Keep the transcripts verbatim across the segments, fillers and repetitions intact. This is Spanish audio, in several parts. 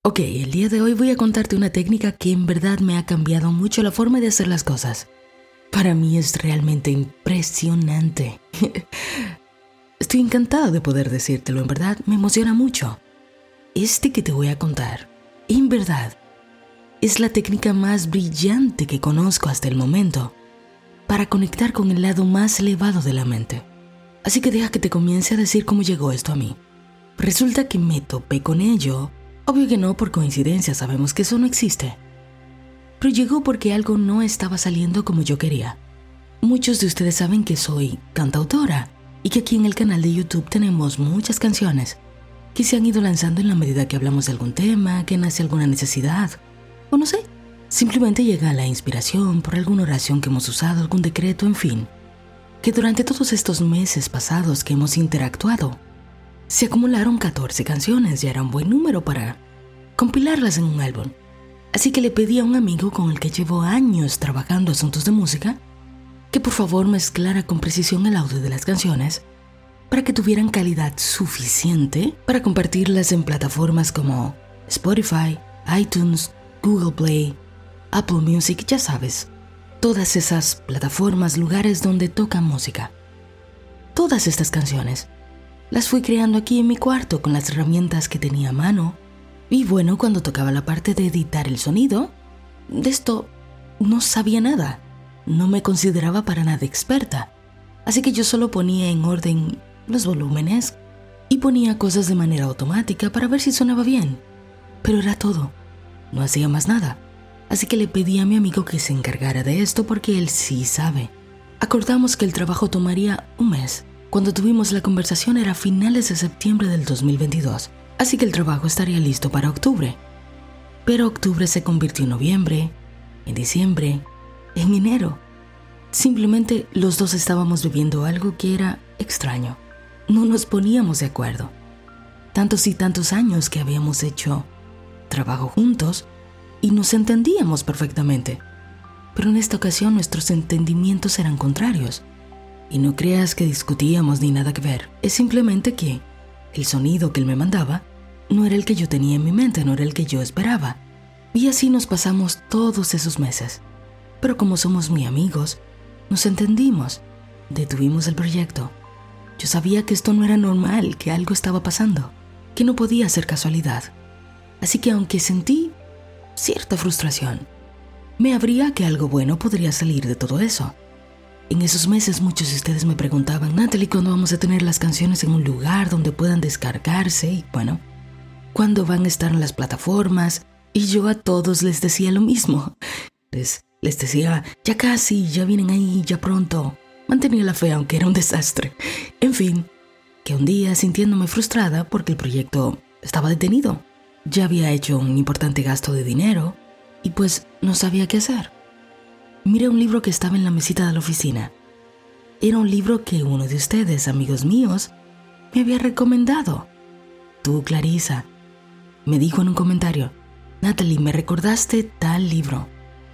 Ok, el día de hoy voy a contarte una técnica que en verdad me ha cambiado mucho la forma de hacer las cosas. Para mí es realmente impresionante. Estoy encantada de poder decírtelo, en verdad me emociona mucho. Este que te voy a contar, en verdad, es la técnica más brillante que conozco hasta el momento para conectar con el lado más elevado de la mente. Así que deja que te comience a decir cómo llegó esto a mí. Resulta que me topé con ello. Obvio que no por coincidencia, sabemos que eso no existe. Pero llegó porque algo no estaba saliendo como yo quería. Muchos de ustedes saben que soy cantautora y que aquí en el canal de YouTube tenemos muchas canciones que se han ido lanzando en la medida que hablamos de algún tema, que nace alguna necesidad, o no sé, simplemente llega la inspiración por alguna oración que hemos usado, algún decreto, en fin. Que durante todos estos meses pasados que hemos interactuado, se acumularon catorce canciones, ya era un buen número para compilarlas en un álbum. Así que le pedí a un amigo con el que llevo años trabajando asuntos de música que por favor mezclara con precisión el audio de las canciones para que tuvieran calidad suficiente para compartirlas en plataformas como Spotify, iTunes, Google Play, Apple Music, ya sabes, todas esas plataformas, lugares donde tocan música. Todas estas canciones las fui creando aquí en mi cuarto con las herramientas que tenía a mano. Y bueno, cuando tocaba la parte de editar el sonido, de esto no sabía nada. No me consideraba para nada experta. Así que yo solo ponía en orden los volúmenes y ponía cosas de manera automática para ver si sonaba bien. Pero era todo. No hacía más nada. Así que le pedí a mi amigo que se encargara de esto porque él sí sabe. Acordamos que el trabajo tomaría un mes. Cuando tuvimos la conversación era a finales de septiembre del dos mil veintidós, así que el trabajo estaría listo para octubre. Pero octubre se convirtió en noviembre, en diciembre, en enero. Simplemente los dos estábamos viviendo algo que era extraño. No nos poníamos de acuerdo. Tantos y tantos años que habíamos hecho trabajo juntos y nos entendíamos perfectamente. Pero en esta ocasión nuestros entendimientos eran contrarios. Y no creas que discutíamos ni nada que ver. Es simplemente que el sonido que él me mandaba no era el que yo tenía en mi mente, no era el que yo esperaba. Y así nos pasamos todos esos meses. Pero como somos muy amigos, nos entendimos. Detuvimos el proyecto. Yo sabía que esto no era normal, que algo estaba pasando, que no podía ser casualidad. Así que aunque sentí cierta frustración, me abría que algo bueno podría salir de todo eso. En esos meses muchos de ustedes me preguntaban, Natalie, ¿cuándo vamos a tener las canciones en un lugar donde puedan descargarse? Y bueno, ¿cuándo van a estar en las plataformas? Y yo a todos les decía lo mismo. Les, les decía, ya casi, ya vienen ahí, ya pronto. Mantenía la fe aunque era un desastre. En fin, que un día sintiéndome frustrada porque el proyecto estaba detenido. Ya había hecho un importante gasto de dinero y pues no sabía qué hacer. Miré un libro que estaba en la mesita de la oficina. Era un libro que uno de ustedes, amigos míos, me había recomendado. Tú, Clarisa, me dijo en un comentario, Natalie, me recordaste tal libro.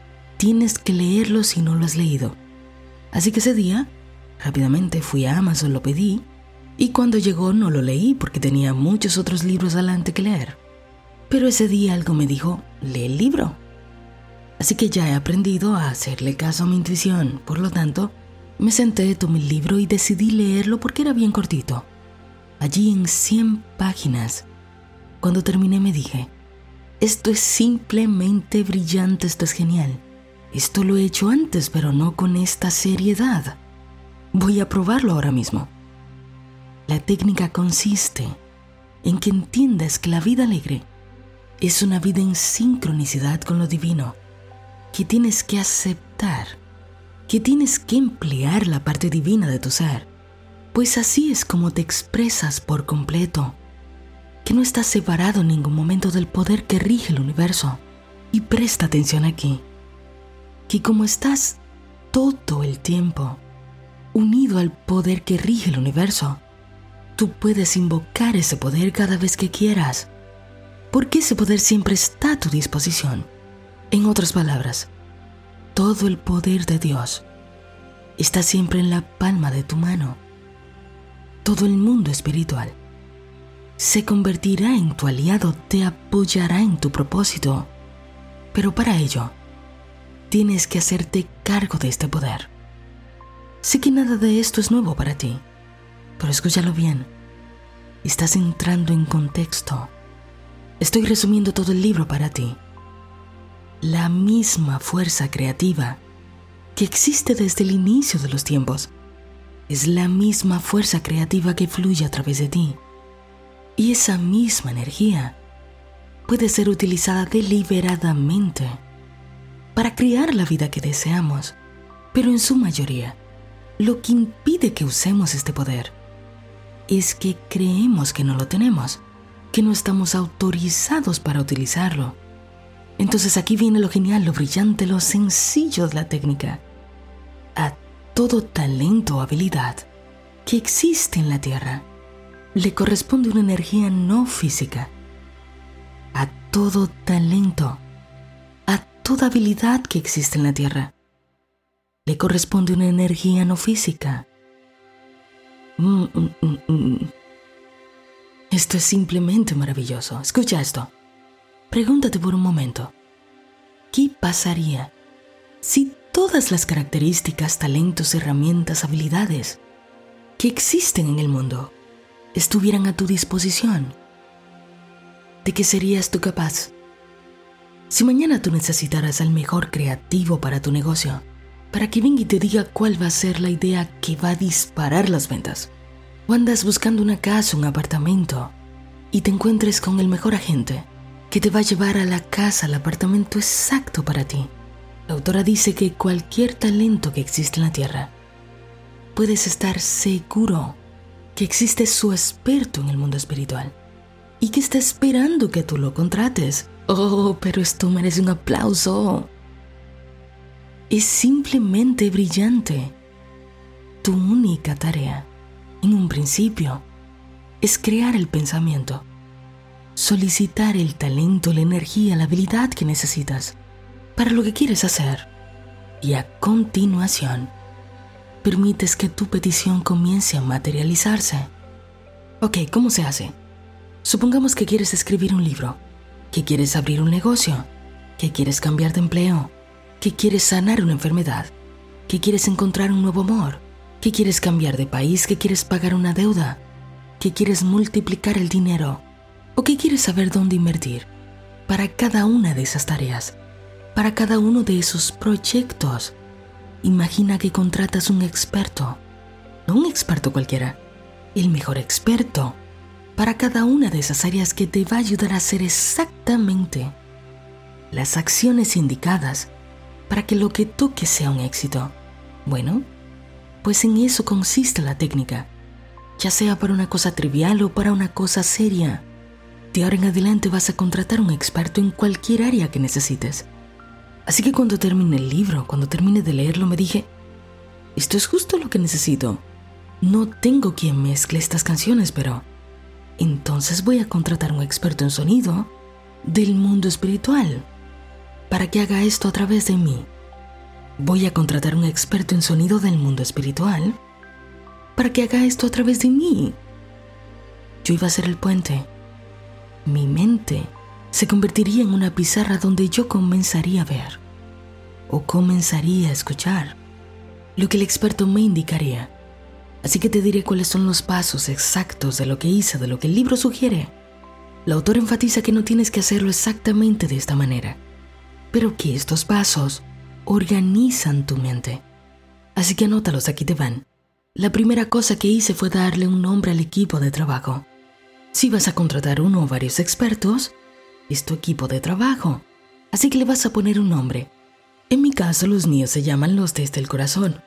Tienes que leerlo si no lo has leído. Así que ese día, rápidamente fui a Amazon, lo pedí, y cuando llegó no lo leí porque tenía muchos otros libros adelante que leer. Pero ese día algo me dijo, lee el libro. Así que ya he aprendido a hacerle caso a mi intuición. Por lo tanto, me senté, tomé el libro y decidí leerlo porque era bien cortito. Allí en cien páginas. Cuando terminé me dije, esto es simplemente brillante, esto es genial. Esto lo he hecho antes, pero no con esta seriedad. Voy a probarlo ahora mismo. La técnica consiste en que entiendas que la vida alegre es una vida en sincronicidad con lo divino, que tienes que aceptar, que tienes que emplear la parte divina de tu ser, pues así es como te expresas por completo, que no estás separado en ningún momento del poder que rige el universo. Y presta atención aquí, que como estás todo el tiempo unido al poder que rige el universo, tú puedes invocar ese poder cada vez que quieras, porque ese poder siempre está a tu disposición. En otras palabras, todo el poder de Dios está siempre en la palma de tu mano. Todo el mundo espiritual se convertirá en tu aliado, te apoyará en tu propósito. Pero para ello, tienes que hacerte cargo de este poder. Sé que nada de esto es nuevo para ti, pero escúchalo bien. Estás entrando en contexto. Estoy resumiendo todo el libro para ti. La misma fuerza creativa que existe desde el inicio de los tiempos es la misma fuerza creativa que fluye a través de ti. Y esa misma energía puede ser utilizada deliberadamente para crear la vida que deseamos, pero en su mayoría, lo que impide que usemos este poder es que creemos que no lo tenemos, que no estamos autorizados para utilizarlo. Entonces aquí viene lo genial, lo brillante, lo sencillo de la técnica. A todo talento o habilidad que existe en la Tierra le corresponde una energía no física. A todo talento, a toda habilidad que existe en la Tierra le corresponde una energía no física. Mm, mm, mm, mm. Esto es simplemente maravilloso. Escucha esto. Pregúntate por un momento, ¿qué pasaría si todas las características, talentos, herramientas, habilidades que existen en el mundo estuvieran a tu disposición? ¿De qué serías tú capaz? Si mañana tú necesitaras al mejor creativo para tu negocio, para que venga y te diga cuál va a ser la idea que va a disparar las ventas, o andas buscando una casa, un apartamento, y te encuentres con el mejor agente que te va a llevar a la casa, al apartamento exacto para ti. La autora dice que cualquier talento que existe en la Tierra, puedes estar seguro que existe su experto en el mundo espiritual y que está esperando que tú lo contrates. Oh, pero esto merece un aplauso. Es simplemente brillante. Tu única tarea, en un principio, es crear el pensamiento, solicitar el talento, la energía, la habilidad que necesitas para lo que quieres hacer. Y a continuación, permites que tu petición comience a materializarse. Ok, ¿cómo se hace? Supongamos que quieres escribir un libro, que quieres abrir un negocio, que quieres cambiar de empleo, que quieres sanar una enfermedad, que quieres encontrar un nuevo amor, que quieres cambiar de país, que quieres pagar una deuda, que quieres multiplicar el dinero o que quieres saber dónde invertir. Para cada una de esas tareas, para cada uno de esos proyectos, imagina que contratas un experto, no un experto cualquiera, el mejor experto para cada una de esas áreas que te va a ayudar a hacer exactamente las acciones indicadas para que lo que toques sea un éxito. Bueno, pues en eso consiste la técnica, ya sea para una cosa trivial o para una cosa seria. De ahora en adelante vas a contratar un experto en cualquier área que necesites. Así que cuando termine el libro, cuando termine de leerlo, me dije, esto es justo lo que necesito. No tengo quien mezcle estas canciones, pero entonces voy a contratar un experto en sonido del mundo espiritual para que haga esto a través de mí. Voy a contratar un experto en sonido del mundo espiritual para que haga esto a través de mí. Yo iba a ser el puente. Mi mente se convertiría en una pizarra donde yo comenzaría a ver o comenzaría a escuchar lo que el experto me indicaría. Así que te diré cuáles son los pasos exactos de lo que hice, de lo que el libro sugiere. La autora enfatiza que no tienes que hacerlo exactamente de esta manera, pero que estos pasos organizan tu mente. Así que anótalos, aquí te van. La primera cosa que hice fue darle un nombre al equipo de trabajo. Si vas a contratar uno o varios expertos, es tu equipo de trabajo, así que le vas a poner un nombre. En mi caso, los míos se llaman los desde el corazón.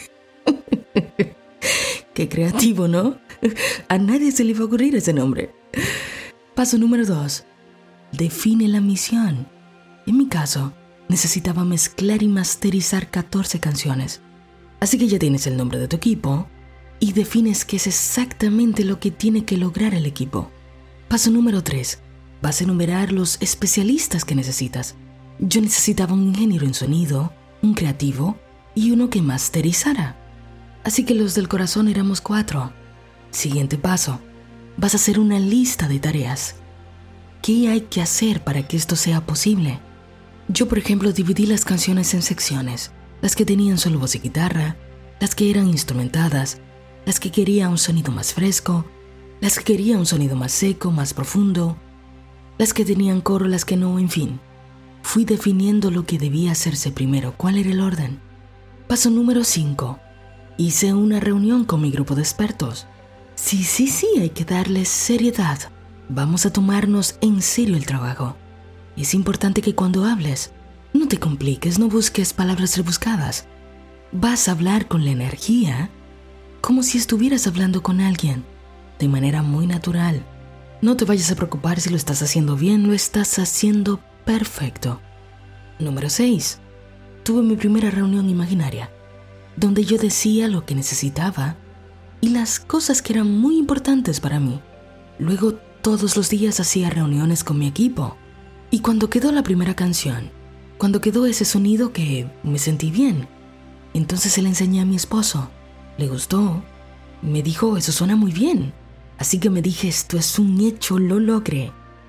Qué creativo, ¿no? A nadie se le va a ocurrir ese nombre. Paso número dos. Define la misión. En mi caso, necesitaba mezclar y masterizar catorce canciones. Así que ya tienes el nombre de tu equipo y defines qué es exactamente lo que tiene que lograr el equipo. Paso número tres. Vas a enumerar los especialistas que necesitas. Yo necesitaba un ingeniero en sonido, un creativo y uno que masterizara. Así que los del corazón éramos cuatro. Siguiente paso. vas a hacer una lista de tareas. ¿Qué hay que hacer para que esto sea posible? Yo, por ejemplo, dividí las canciones en secciones, las que tenían solo voz y guitarra, las que eran instrumentadas, las que quería un sonido más fresco, las que quería un sonido más seco, más profundo, las que tenían coro, las que no, en fin. Fui definiendo lo que debía hacerse primero, cuál era el orden. Paso número cinco. Hice una reunión con mi grupo de expertos. Sí, sí, sí, hay que darles seriedad. Vamos a tomarnos en serio el trabajo. Es importante que cuando hables, no te compliques, no busques palabras rebuscadas. Vas a hablar con la energía como si estuvieras hablando con alguien, de manera muy natural. No te vayas a preocupar si lo estás haciendo bien, lo estás haciendo perfecto. Número seis. Tuve mi primera reunión imaginaria, donde yo decía lo que necesitaba y las cosas que eran muy importantes para mí. Luego, todos los días hacía reuniones con mi equipo. Y cuando quedó la primera canción, cuando quedó ese sonido que me sentí bien, entonces se le enseñé a mi esposo. Le gustó. Me dijo, eso suena muy bien. Así que me dije, esto es un hecho, lo logré.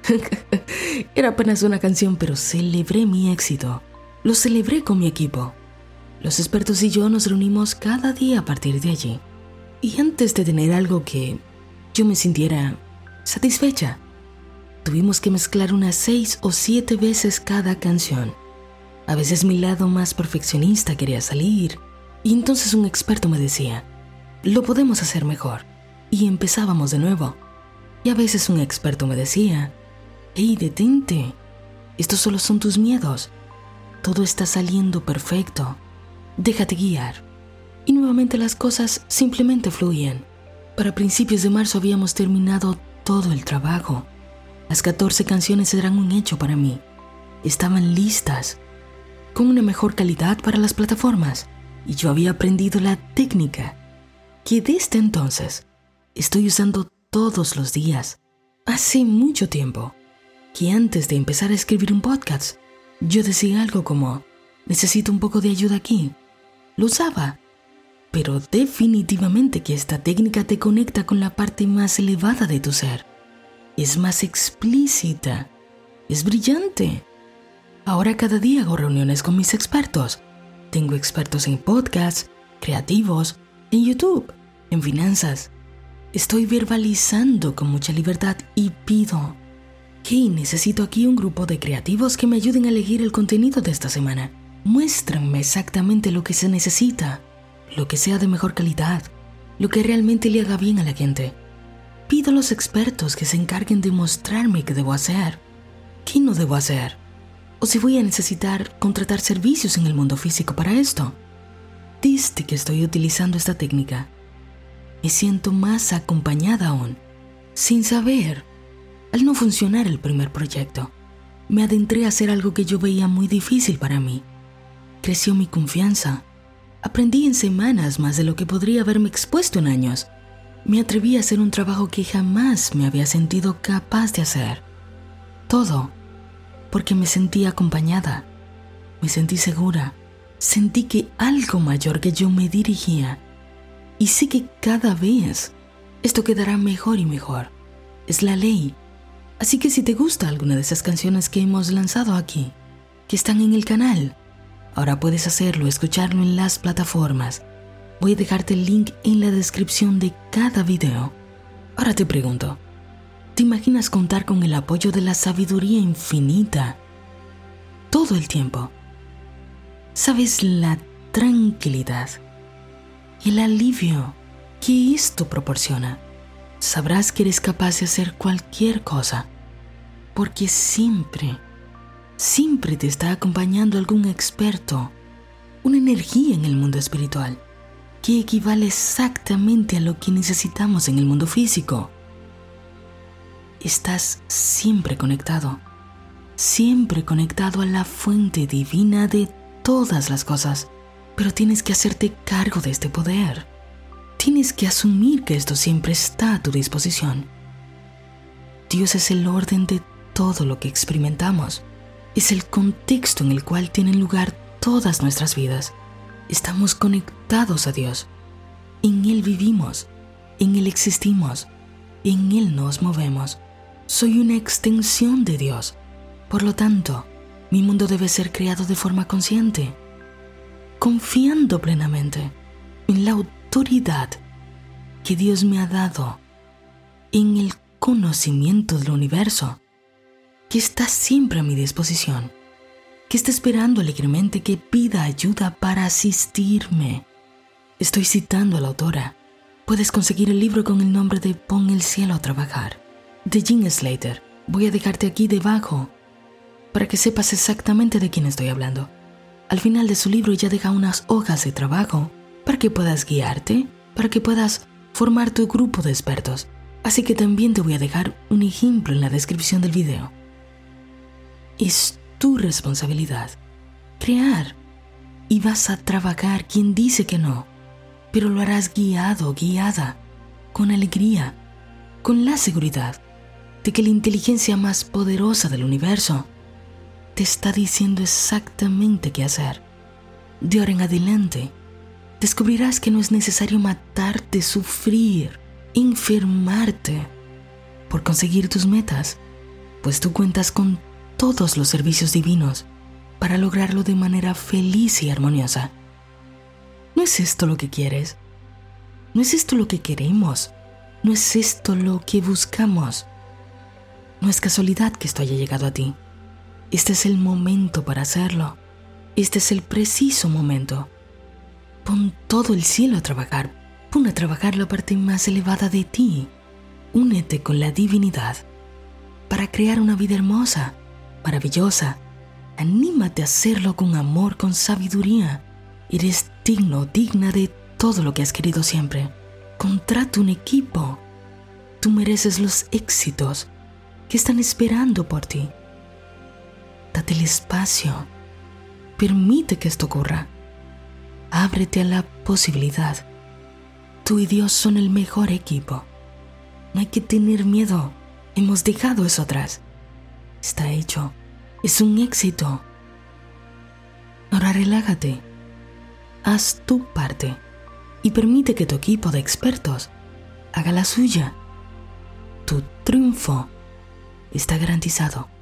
Era apenas una canción, pero celebré mi éxito. Lo celebré con mi equipo. Los expertos y yo nos reunimos cada día a partir de allí. Y antes de tener algo que yo me sintiera satisfecha, tuvimos que mezclar unas seis o siete veces cada canción. A veces mi lado más perfeccionista quería salir, y entonces un experto me decía, lo podemos hacer mejor. Y empezábamos de nuevo. Y a veces un experto me decía, hey, detente, estos solo son tus miedos. Todo está saliendo perfecto. Déjate guiar. Y nuevamente las cosas simplemente fluían. Para principios de marzo habíamos terminado todo el trabajo. Las catorce canciones eran un hecho para mí. Estaban listas, con una mejor calidad para las plataformas. Y yo había aprendido la técnica que desde entonces estoy usando todos los días. Hace mucho tiempo que antes de empezar a escribir un podcast, yo decía algo como, necesito un poco de ayuda aquí. Lo usaba, pero definitivamente que esta técnica te conecta con la parte más elevada de tu ser. Es más explícita, es brillante. Ahora cada día hago reuniones con mis expertos. Tengo expertos en podcasts, creativos, en YouTube, en finanzas. Estoy verbalizando con mucha libertad y pido, hey, necesito aquí un grupo de creativos que me ayuden a elegir el contenido de esta semana. Muéstrenme exactamente lo que se necesita, lo que sea de mejor calidad, lo que realmente le haga bien a la gente. Pido a los expertos que se encarguen de mostrarme qué debo hacer, qué no debo hacer, o si voy a necesitar contratar servicios en el mundo físico para esto. Desde que estoy utilizando esta técnica, me siento más acompañada aún. Sin saber, al no funcionar el primer proyecto, me adentré a hacer algo que yo veía muy difícil para mí. Creció mi confianza. Aprendí en semanas más de lo que podría haberme expuesto en años. Me atreví a hacer un trabajo que jamás me había sentido capaz de hacer. Todo porque me sentí acompañada. Me sentí segura. Sentí que algo mayor que yo me dirigía. Y sé que cada vez esto quedará mejor y mejor. Es la ley. Así que si te gusta alguna de esas canciones que hemos lanzado aquí, que están en el canal, ahora puedes hacerlo, escucharlo en las plataformas. Voy a dejarte el link en la descripción de cada video. Ahora te pregunto, ¿te imaginas contar con el apoyo de la sabiduría infinita todo el tiempo? ¿Sabes la tranquilidad y el alivio que esto proporciona? Sabrás que eres capaz de hacer cualquier cosa, porque siempre, siempre te está acompañando algún experto, una energía en el mundo espiritual que equivale exactamente a lo que necesitamos en el mundo físico. Estás siempre conectado, siempre conectado a la fuente divina de todas las cosas, pero tienes que hacerte cargo de este poder. Tienes que asumir que esto siempre está a tu disposición. Dios es el orden de todo lo que experimentamos. Es el contexto en el cual tienen lugar todas nuestras vidas. Estamos conectados a Dios. En Él vivimos, en Él existimos. En Él nos movemos. Soy una extensión de Dios. Por lo tanto, mi mundo debe ser creado de forma consciente, confiando plenamente en la autoridad que Dios me ha dado, en el conocimiento del universo, que está siempre a mi disposición, que está esperando alegremente que pida ayuda para asistirme. Estoy citando a la autora. Puedes conseguir el libro con el nombre de Pon el cielo a trabajar, de Jean Slater. Voy a dejarte aquí debajo para que sepas exactamente de quién estoy hablando. Al final de su libro ella deja unas hojas de trabajo para que puedas guiarte, para que puedas formar tu grupo de expertos. Así que también te voy a dejar un ejemplo en la descripción del video. Es tu responsabilidad crear y vas a trabajar. Quien dice que no, pero lo harás guiado, guiada, con alegría, con la seguridad de que la inteligencia más poderosa del universo te está diciendo exactamente qué hacer. De ahora en adelante, descubrirás que no es necesario matarte, sufrir, enfermarte por conseguir tus metas, pues tú cuentas con todos los servicios divinos para lograrlo de manera feliz y armoniosa. ¿No es esto lo que quieres? ¿No es esto lo que queremos? ¿No es esto lo que buscamos? No es casualidad que esto haya llegado a ti. Este es el momento para hacerlo. Este es el preciso momento. Pon todo el cielo a trabajar. Pon a trabajar la parte más elevada de ti. Únete con la divinidad para crear una vida hermosa, maravillosa. Anímate a hacerlo con amor, con sabiduría. Eres digno, digna de todo lo que has querido siempre. Contrata un equipo. Tú mereces los éxitos que están esperando por ti. Date el espacio. Permite que esto ocurra. Ábrete a la posibilidad. Tú y Dios son el mejor equipo. No hay que tener miedo. Hemos dejado eso atrás. Está hecho. Es un éxito. Ahora relájate. Haz tu parte y permite que tu equipo de expertos haga la suya. Tu triunfo está garantizado.